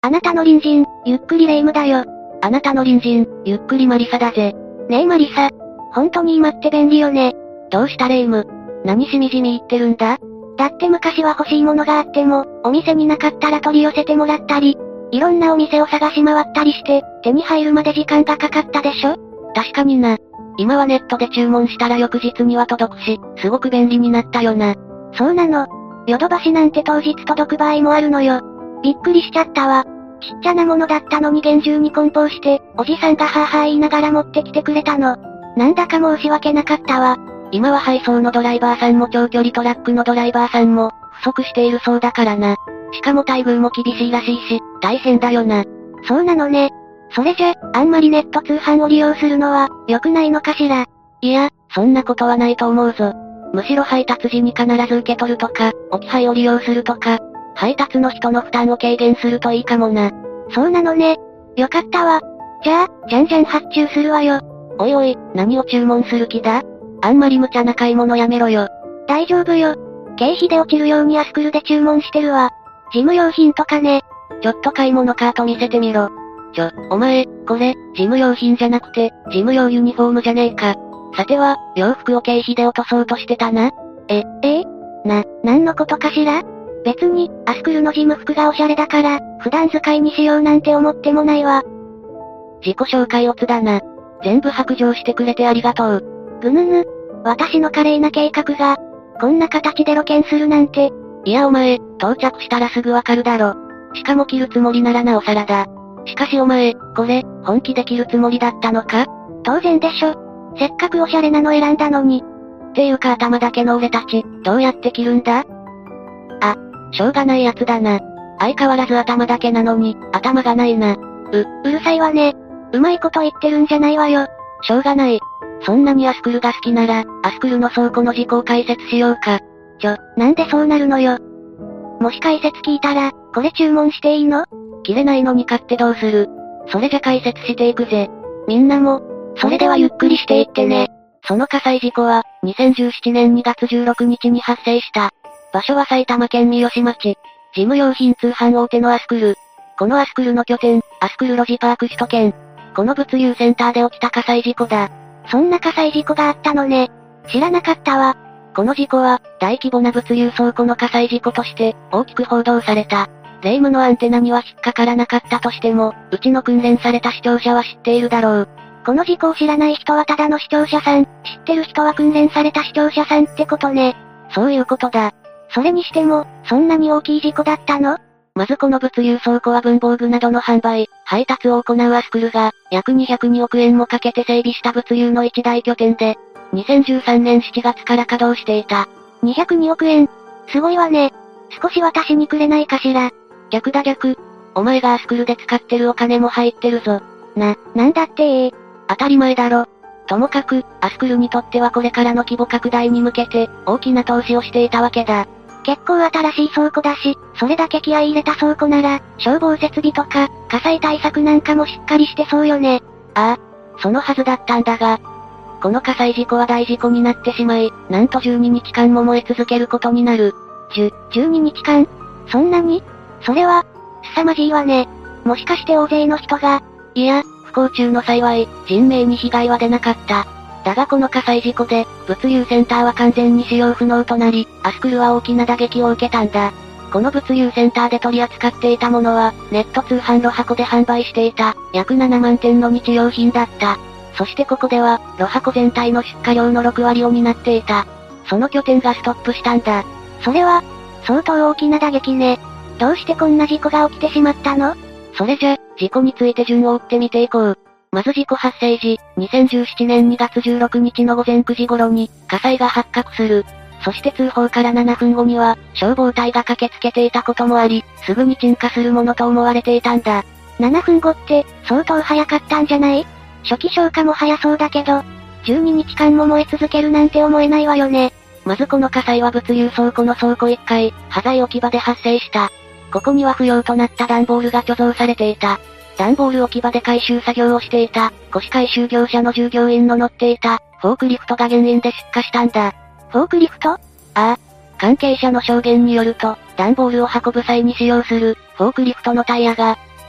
あなたの隣人、ゆっくりレ夢ムだよ。 あなたの隣人、ゆっくりマリサだぜ。 ねえマリサ。ほんとに今って便利よね。 どうしたレ夢ム。何しみじみ言ってるんだ？ だって昔は欲しいものがあっても、お店になかったら取り寄せてもらったり、いろんなお店を探し回ったりして、手に入るまで時間がかかったでしょ？ 確かにな。今はネットで注文したら翌日には届くし、すごく便利になったよな。 そうなの。ヨドバシなんて当日届く場合もあるのよ。びっくりしちゃったわ。ちっちゃなものだったのに厳重に梱包して、おじさんがはぁはぁ言いながら持ってきてくれたの。なんだか申し訳なかったわ。 今は配送のドライバーさんも長距離トラックのドライバーさんも、不足しているそうだからな。しかも待遇も厳しいらしいし、大変だよな。 そうなのね。それじゃ、あんまりネット通販を利用するのは、良くないのかしら。 いや、そんなことはないと思うぞ。むしろ配達時に必ず受け取るとか、置き配を利用するとか、配達の人の負担を軽減するといいかもな。 そうなのね。よかったわ。じゃあ、じゃんじゃん発注するわよ。 おいおい、何を注文する気だ？あんまり無茶な買い物やめろよ。 大丈夫よ。経費で落ちるようにアスクルで注文してるわ。事務用品とかね。 ちょっと買い物カート見せてみろ。お前、これ、事務用品じゃなくて、事務用ユニフォームじゃねえか。さては、洋服を経費で落とそうとしてたな。 何のことかしら？別に、アスクルの事務服がおしゃれだから、普段使いにしようなんて思ってもないわ。 自己紹介オツだな。全部白状してくれてありがとう。 ぐぬぬ。私の華麗な計画が、こんな形で露見するなんて。 いやお前、到着したらすぐわかるだろ。しかも着るつもりならなおさらだ。しかしお前、これ、本気で着るつもりだったのか？ 当然でしょ。せっかくおしゃれなの選んだのに。 っていうか頭だけの俺たち、どうやって着るんだ？しょうがないやつだな。相変わらず頭だけなのに、頭がないな。 うるさいわね。うまいこと言ってるんじゃないわよ。 しょうがない。そんなにアスクルが好きなら、アスクルの倉庫の事項を解説しようか。 なんでそうなるのよ。もし解説聞いたら、これ注文していいの？ 着れないのに買ってどうする？それじゃ解説していくぜ。みんなも、 それではゆっくりしていってね。 その火災事故は、2017年2月16日に発生した。場所は埼玉県三芳町。事務用品通販大手のアスクル。このアスクルの拠点、アスクルロジパーク首都圏。この物流センターで起きた火災事故だ。 そんな火災事故があったのね。知らなかったわ。 この事故は、大規模な物流倉庫の火災事故として、大きく報道された。レ夢ムのアンテナには引っかからなかったとしても、うちの訓練された視聴者は知っているだろう。 この事故を知らない人はただの視聴者さん、知ってる人は訓練された視聴者さんってことね。 そういうことだ。 それにしても、そんなに大きい事故だったの？ まずこの物流倉庫は文房具などの販売、配達を行うアスクルが、約202億円もかけて整備した物流の一大拠点で、2013年7月から稼働していた。 202億円。すごいわね。少し私にくれないかしら。 逆だ逆。お前がアスクルで使ってるお金も入ってるぞ。 なんだって当たり前だろ。ともかく、アスクルにとってはこれからの規模拡大に向けて、大きな投資をしていたわけだ。 結構新しい倉庫だし、それだけ気合い入れた倉庫なら、消防設備とか、火災対策なんかもしっかりしてそうよね。 ああ、そのはずだったんだが、この火災事故は大事故になってしまい、なんと12日間も燃え続けることになる。 12日間？そんなに？それは、凄まじいわね。もしかして大勢の人が？ いや、不幸中の幸い、人命に被害は出なかった。だがこの火災事故で、物流センターは完全に使用不能となり、アスクルは大きな打撃を受けたんだ。この物流センターで取り扱っていたものは、ネット通販ロハコで販売していた、約7万点の日用品だった。そしてここでは、ロハコ全体の出荷量の6割を担っていた。その拠点がストップしたんだ。 それは、相当大きな打撃ね。どうしてこんな事故が起きてしまったの？ それじゃ、事故について順を追って見ていこう。まず事故発生時、2017年2月16日の午前9時頃に、火災が発覚する。そして通報から7分後には、消防隊が駆けつけていたこともあり、すぐに鎮火するものと思われていたんだ。 7分後って、相当早かったんじゃない？初期消火も早そうだけど、12日間も燃え続けるなんて思えないわよね。 まずこの火災は物流倉庫の倉庫1階、端材置き場で発生した。ここには不要となった段ボールが貯蔵されていた。段ボール置き場で回収作業をしていた、古紙回収業者の従業員の乗っていた、フォークリフトが原因で出火したんだ。 フォークリフト？ ああ。関係者の証言によると、段ボールを運ぶ際に使用する、フォークリフトのタイヤが、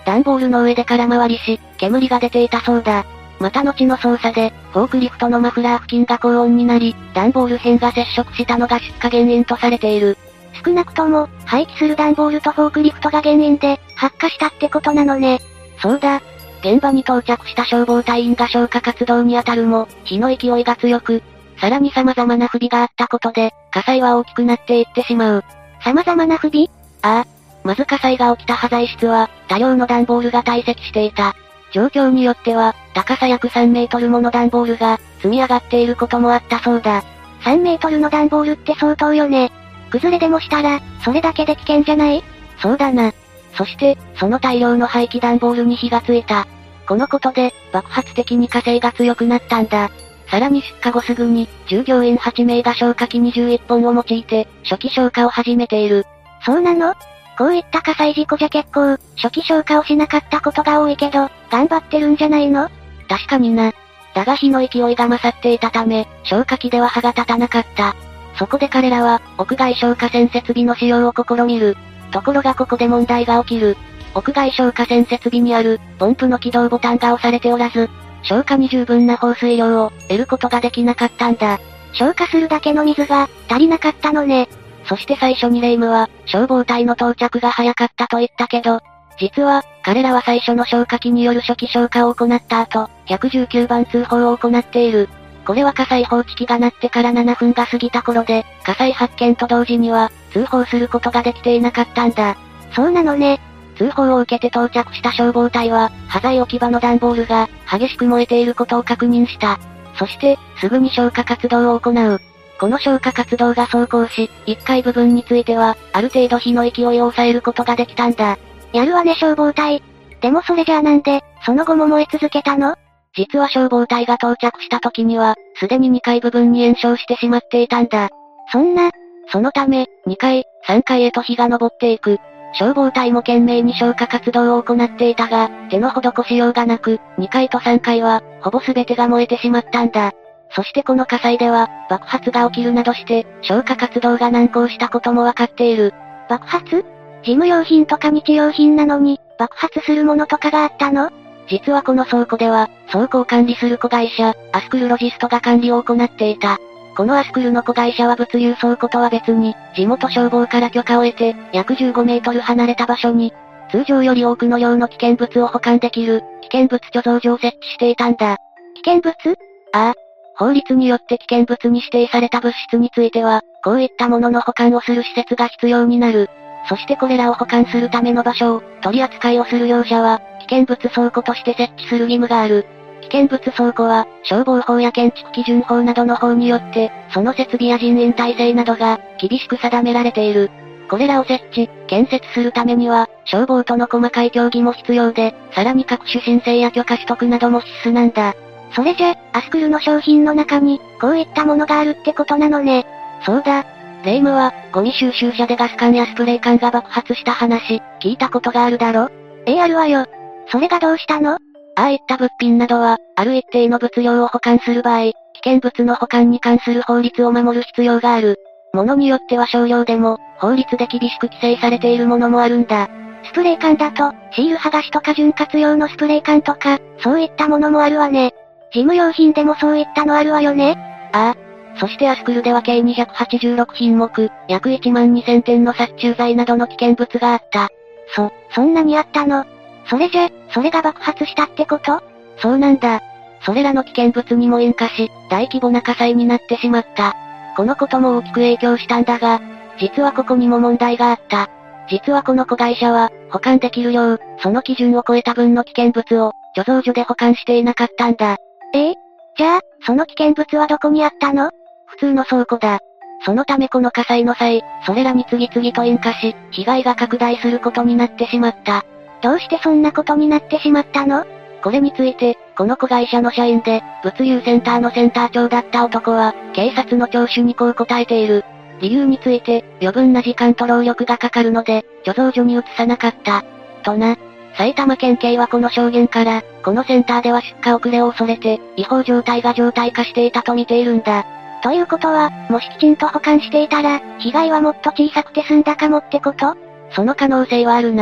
段ボールの上で空回りし、煙が出ていたそうだ。また後の捜査で、フォークリフトのマフラー付近が高温になり、段ボール片が接触したのが出火原因とされている。 少なくとも、廃棄する段ボールとフォークリフトが原因で、発火したってことなのね。 そうだ。現場に到着した消防隊員が消火活動に当たるも、火の勢いが強く、さらに様々な不備があったことで、火災は大きくなっていってしまう。 様々な不備？ ああ。まず火災が起きた端材室は、多量の段ボールが堆積していた。状況によっては、高さ約3メートルもの段ボールが、積み上がっていることもあったそうだ。 3メートルの段ボールって相当よね。崩れでもしたら、それだけで危険じゃない？ そうだな。そして、その大量の廃棄段ボールに火がついた。このことで、爆発的に火勢が強くなったんだ。さらに出火後すぐに、従業員8名が消火器21本を用いて、初期消火を始めている。 そうなの？こういった火災事故じゃ結構、初期消火をしなかったことが多いけど、頑張ってるんじゃないの？ 確かにな。だが火の勢いが勝っていたため、消火器では歯が立たなかった。そこで彼らは、屋外消火栓設備の使用を試みる。ところがここで問題が起きる。屋外消火栓設備にある、ポンプの起動ボタンが押されておらず、消火に十分な放水量を得ることができなかったんだ。 消火するだけの水が、足りなかったのね。 そして最初にレイムは、消防隊の到着が早かったと言ったけど、実は、彼らは最初の消火器による初期消火を行った後、119番通報を行っている。これは火災報知器が鳴ってから7分が過ぎた頃で、火災発見と同時には、通報することができていなかったんだ。 そうなのね。 通報を受けて到着した消防隊は、端材置き場の段ボールが、激しく燃えていることを確認した。そして、すぐに消火活動を行う。この消火活動が走行し、1階部分については、ある程度火の勢いを抑えることができたんだ。 やるわね消防隊。でもそれじゃあなんで、その後も燃え続けたの？ 実は消防隊が到着した時には、すでに2階部分に延焼してしまっていたんだ。 そんな。 そのため、2階、3階へと火が昇っていく。消防隊も懸命に消火活動を行っていたが、手の施しようがなく、2階と3階は、ほぼ全てが燃えてしまったんだ。そしてこの火災では、爆発が起きるなどして、消火活動が難航したこともわかっている。 爆発？事務用品とか日用品なのに、爆発するものとかがあったの？ 実はこの倉庫では、倉庫を管理する子会社、アスクルロジストが管理を行っていた。このアスクルの子会社は物流倉庫とは別に、地元消防から許可を得て、約15メートル離れた場所に、通常より多くの量の危険物を保管できる、危険物貯蔵所を設置していたんだ。 危険物？ ああ。法律によって危険物に指定された物質については、こういったものの保管をする施設が必要になる。そしてこれらを保管するための場所を、取り扱いをする業者は、危険物倉庫として設置する義務がある。危険物倉庫は、消防法や建築基準法などの法によって、その設備や人員体制などが、厳しく定められている。これらを設置、建設するためには、消防との細かい協議も必要で、さらに各種申請や許可取得なども必須なんだ。 それじゃ、アスクルの商品の中に、こういったものがあるってことなのね。 そうだ。レイムは、ゴミ収集車でガス管やスプレー缶が爆発した話、聞いたことがあるだろ？ あるわよ。それがどうしたの？ ああいった物品などは、ある一定の物量を保管する場合、危険物の保管に関する法律を守る必要がある。ものによっては少量でも、法律で厳しく規制されているものもあるんだ。 スプレー缶だと、シール剥がしとか潤滑用のスプレー缶とか、そういったものもあるわね。事務用品でもそういったのあるわよね。 ああ。そしてアスクルでは計286品目、約1万2000点の殺虫剤などの危険物があった。 そんなにあったの？それじゃ、それが爆発したってこと？ そうなんだ。それらの危険物にも引火し、大規模な火災になってしまった。このことも大きく影響したんだが、実はここにも問題があった。実はこの子会社は、保管できる量、その基準を超えた分の危険物を、貯蔵所で保管していなかったんだ。 じゃあ、その危険物はどこにあったの？ 普通の倉庫だ。そのためこの火災の際、それらに次々と引火し、被害が拡大することになってしまった。 どうしてそんなことになってしまったの？ これについて、この子会社の社員で、物流センターのセンター長だった男は、警察の聴取にこう答えている。理由について、余分な時間と労力がかかるので、貯蔵所に移さなかった。とな。埼玉県警はこの証言から、このセンターでは出荷遅れを恐れて、違法状態が常態化していたと見ているんだ。 ということは、もしきちんと保管していたら、被害はもっと小さくて済んだかもってこと？ その可能性はあるな。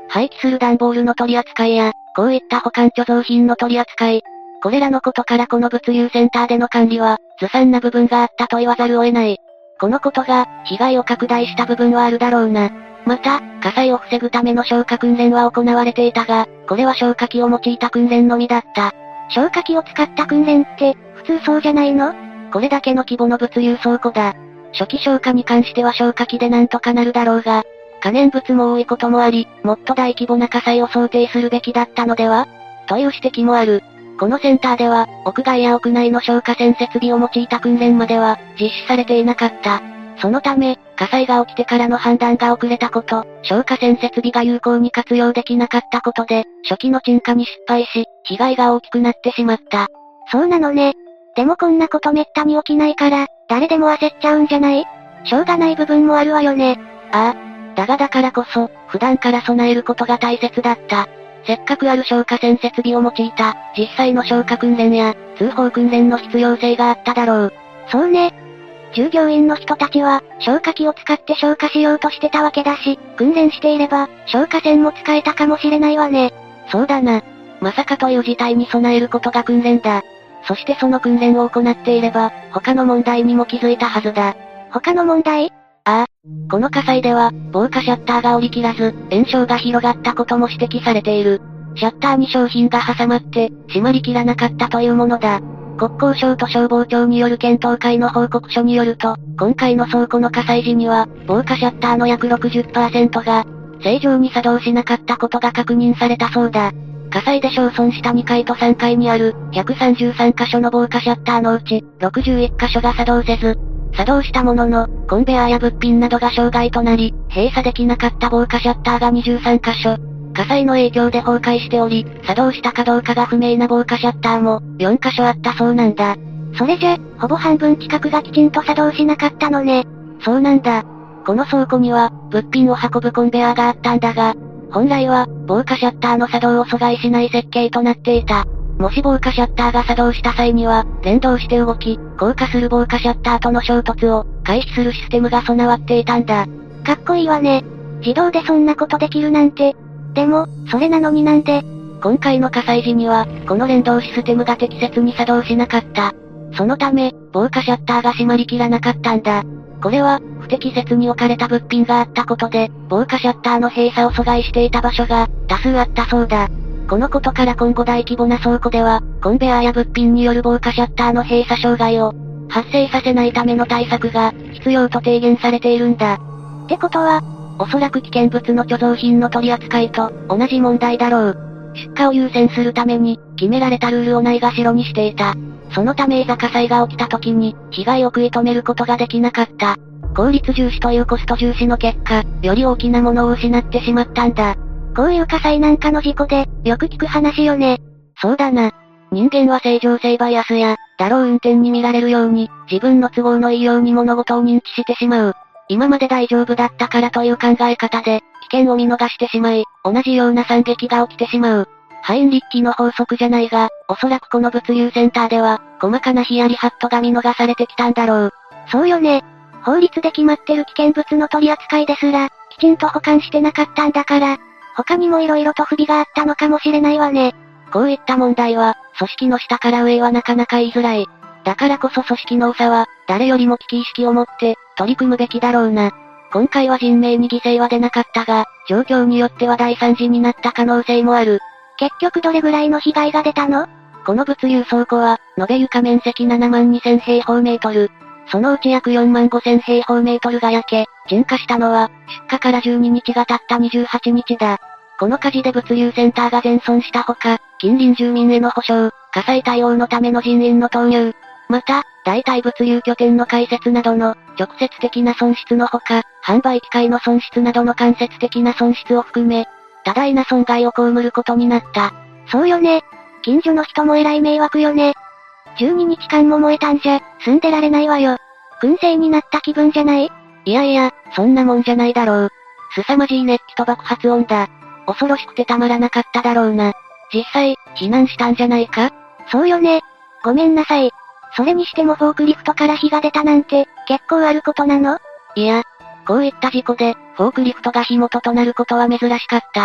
廃棄する段ボールの取り扱いや、こういった保管貯蔵品の取り扱い。これらのことからこの物流センターでの管理は、ずさんな部分があったと言わざるを得ない。このことが、被害を拡大した部分はあるだろうな。また、火災を防ぐための消火訓練は行われていたが、これは消火器を用いた訓練のみだった。 消火器を使った訓練って、普通そうじゃないの？ これだけの規模の物流倉庫だ。初期消火に関しては消火器でなんとかなるだろうが、可燃物も多いこともあり、もっと大規模な火災を想定するべきだったのでは？という指摘もある。このセンターでは、屋外や屋内の消火栓設備を用いた訓練までは、実施されていなかった。そのため、火災が起きてからの判断が遅れたこと、消火栓設備が有効に活用できなかったことで、初期の鎮火に失敗し、被害が大きくなってしまった。 そうなのね。でもこんなことめったに起きないから、誰でも焦っちゃうんじゃない？しょうがない部分もあるわよね。 ああ。だからこそ、普段から備えることが大切だった。せっかくある消火栓設備を用いた、実際の消火訓練や、通報訓練の必要性があっただろう。 そうね。従業員の人たちは、消火器を使って消火しようとしてたわけだし、訓練していれば、消火栓も使えたかもしれないわね。 そうだな。まさかという事態に備えることが訓練だ。そしてその訓練を行っていれば、他の問題にも気づいたはずだ。 他の問題？ ああ。この火災では、防火シャッターが下りきらず、炎症が広がったことも指摘されている。シャッターに商品が挟まって、閉まりきらなかったというものだ。国交省と消防庁による検討会の報告書によると、今回の倉庫の火災時には、防火シャッターの約 60% が、正常に作動しなかったことが確認されたそうだ。火災で焼損した2階と3階にある、133箇所の防火シャッターのうち、61箇所が作動せず、作動したものの、コンベアや物品などが障害となり、閉鎖できなかった防火シャッターが23箇所。火災の影響で崩壊しており、作動したかどうかが不明な防火シャッターも、4箇所あったそうなんだ。 それじゃ、ほぼ半分近くがきちんと作動しなかったのね。 そうなんだ。この倉庫には、物品を運ぶコンベアがあったんだが、本来は、防火シャッターの作動を阻害しない設計となっていた。もし防火シャッターが作動した際には、連動して動き、降下する防火シャッターとの衝突を、回避するシステムが備わっていたんだ。 かっこいいわね。自動でそんなことできるなんて。でも、それなのになんで？ 今回の火災時には、この連動システムが適切に作動しなかった。そのため、防火シャッターが閉まりきらなかったんだ。これは、不適切に置かれた物品があったことで、防火シャッターの閉鎖を阻害していた場所が、多数あったそうだ。このことから今後大規模な倉庫では、コンベアや物品による防火シャッターの閉鎖障害を、発生させないための対策が、必要と提言されているんだ。 ってことは、 おそらく危険物の貯蔵品の取り扱いと、同じ問題だろう。出荷を優先するために、決められたルールをないがしろにしていた。そのためいざ火災が起きた時に、被害を食い止めることができなかった。効率重視というコスト重視の結果、より大きなものを失ってしまったんだ。 こういう火災なんかの事故で、よく聞く話よね。 そうだな。人間は正常性バイアスや、だろう運転に見られるように、自分の都合のいいように物事を認知してしまう。今まで大丈夫だったからという考え方で、危険を見逃してしまい、同じような惨劇が起きてしまう。ハインリッヒの法則じゃないが、おそらくこの物流センターでは、細かなヒヤリハットが見逃されてきたんだろう。 そうよね。法律で決まってる危険物の取り扱いですら、きちんと保管してなかったんだから、他にも色々と不備があったのかもしれないわね。 こういった問題は、組織の下から上はなかなか言いづらい。だからこそ組織の長は、誰よりも危機意識を持って、取り組むべきだろうな。今回は人命に犠牲は出なかったが、状況によっては大惨事になった可能性もある。 結局どれぐらいの被害が出たの？ この物流倉庫は、延べ床面積72,000平方メートル。そのうち約45,000平方メートルが焼け、鎮火したのは、出火から12日が経った28日だ。この火事で物流センターが全損したほか、近隣住民への補償、火災対応のための人員の投入、また、代替物流拠点の開設などの、直接的な損失のほか、販売機械の損失などの間接的な損失を含め、多大な損害を被ることになった。 そうよね。近所の人もえらい迷惑よね。12日間も燃えたんじゃ、住んでられないわよ。燻製になった気分じゃない？ いやいや、そんなもんじゃないだろう。凄まじい熱気と爆発音だ。恐ろしくてたまらなかっただろうな。実際、避難したんじゃないか？ そうよね。ごめんなさい。それにしてもフォークリフトから火が出たなんて、結構あることなの？ いや、こういった事故で、フォークリフトが火元となることは珍しかった。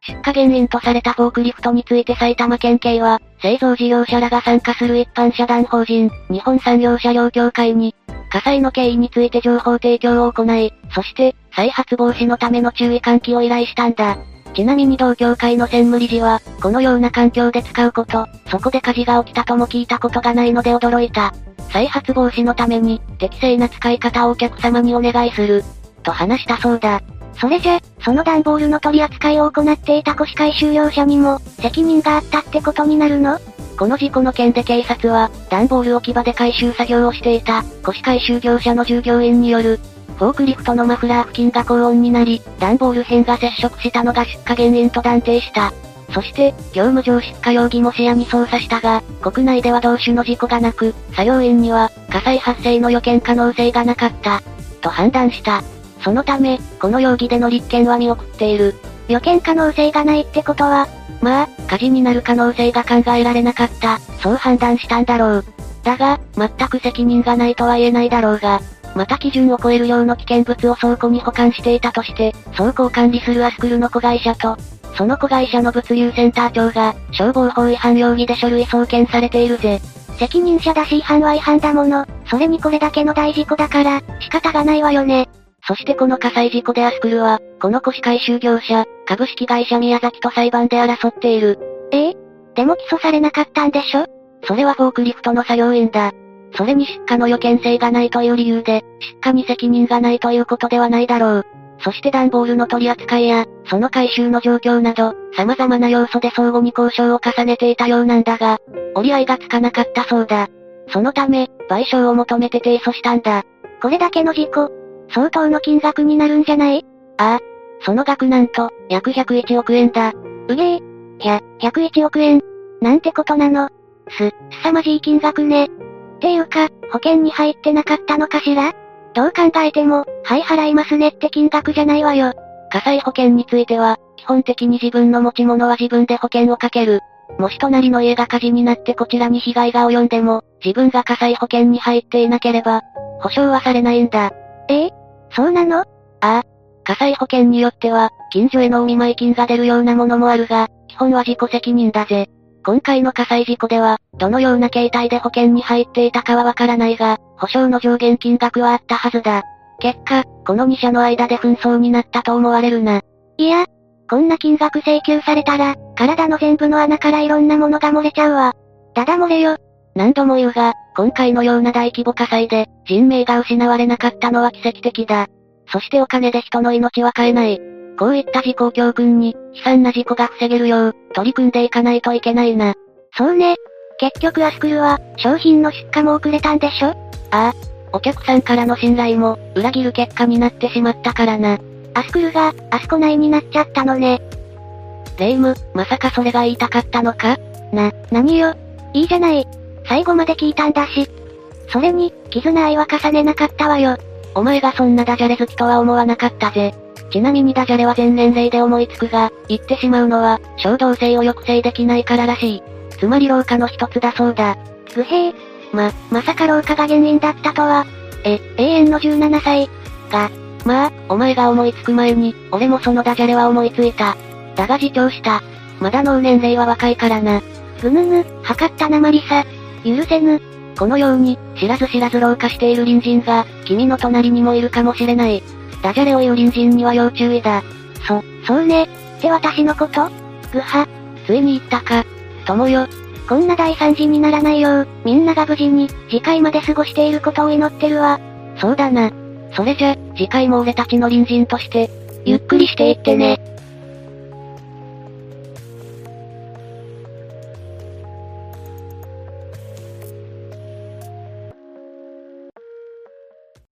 出火原因とされたフォークリフトについて埼玉県警は、製造事業者らが参加する一般社団法人、日本産業車両協会に、火災の経緯について情報提供を行い、そして、再発防止のための注意喚起を依頼したんだ。ちなみに同協会の専務理事は、このような環境で使うこと、そこで火事が起きたとも聞いたことがないので驚いた。再発防止のために、適正な使い方をお客様にお願いする。と話したそうだ。 それじゃ、その段ボールの取り扱いを行っていた古紙回収業者にも、責任があったってことになるの？ この事故の件で警察は、段ボール置き場で回収作業をしていた、古紙回収業者の従業員による、フォークリフトのマフラー付近が高温になり、段ボール片が接触したのが出火原因と断定した。そして、業務上出火容疑も視野に捜査したが、国内では同種の事故がなく、作業員には、火災発生の予見可能性がなかった。と判断した。そのため、この容疑での立件は見送っている。 予見可能性がないってことは、 まあ、火事になる可能性が考えられなかった、そう判断したんだろう。だが、全く責任がないとは言えないだろうが、また基準を超える量の危険物を倉庫に保管していたとして、倉庫を管理するアスクルの子会社と、その子会社の物流センター長が、消防法違反容疑で書類送検されているぜ。 責任者だし違反は違反だもの、それにこれだけの大事故だから、仕方がないわよね。 そしてこの火災事故でアスクルは、この古紙回収業者、株式会社宮崎と裁判で争っている。 でも起訴されなかったんでしょ？ それはフォークリフトの作業員だ。それに出火の予見性がないという理由で、出火に責任がないということではないだろう。そして段ボールの取り扱いや、その回収の状況など、様々な要素で相互に交渉を重ねていたようなんだが、折り合いがつかなかったそうだ。そのため、賠償を求めて提訴したんだ。 これだけの事故、相当の金額になるんじゃない？ ああ。その額なんと、約101億円だ。 うげえ。101億円。なんてことなの？凄まじい金額ね。っていうか、保険に入ってなかったのかしら？どう考えても、はい払いますねって金額じゃないわよ。 火災保険については、基本的に自分の持ち物は自分で保険をかける。もし隣の家が火事になってこちらに被害が及んでも、自分が火災保険に入っていなければ、保証はされないんだ。 そうなの？ ああ。火災保険によっては、近所へのお見舞い金が出るようなものもあるが、基本は自己責任だぜ。今回の火災事故では、どのような形態で保険に入っていたかはわからないが、保証の上限金額はあったはずだ。結果、この2社の間で紛争になったと思われるな。 いや、こんな金額請求されたら、体の全部の穴からいろんなものが漏れちゃうわ。ダダ漏れよ。 何度も言うが、今回のような大規模火災で、人命が失われなかったのは奇跡的だ。そしてお金で人の命は買えない。こういった事故を教訓に、悲惨な事故が防げるよう、取り組んでいかないといけないな。 そうね。結局アスクルは、商品の出荷も遅れたんでしょ？ ああ。お客さんからの信頼も、裏切る結果になってしまったからな。 アスクルが、あそこ内になっちゃったのね。 レイム、まさかそれが言いたかったのか？ 何よ。いいじゃない。最後まで聞いたんだし。それに、絆愛は重ねなかったわよ。 お前がそんなダジャレ好きとは思わなかったぜ。ちなみにダジャレは全年齢で思いつくが、言ってしまうのは、衝動性を抑制できないかららしい。つまり老化の一つだそうだ。 ぐへえ。まさか老化が原因だったとは。永遠の17歳。 まあ、お前が思いつく前に、俺もそのダジャレは思いついた。だが自重した。まだ脳年齢は若いからな。 測ったなマリサ。許せぬ。 このように、知らず知らず老化している隣人が、君の隣にもいるかもしれない。ダジャレを言う隣人には要注意だ。 そうね。って私のこと？ ついに言ったか。友よ。 こんな大惨事にならないよう、みんなが無事に、次回まで過ごしていることを祈ってるわ。 そうだな。それじゃ、次回も俺たちの隣人として、ゆっくりしていってね。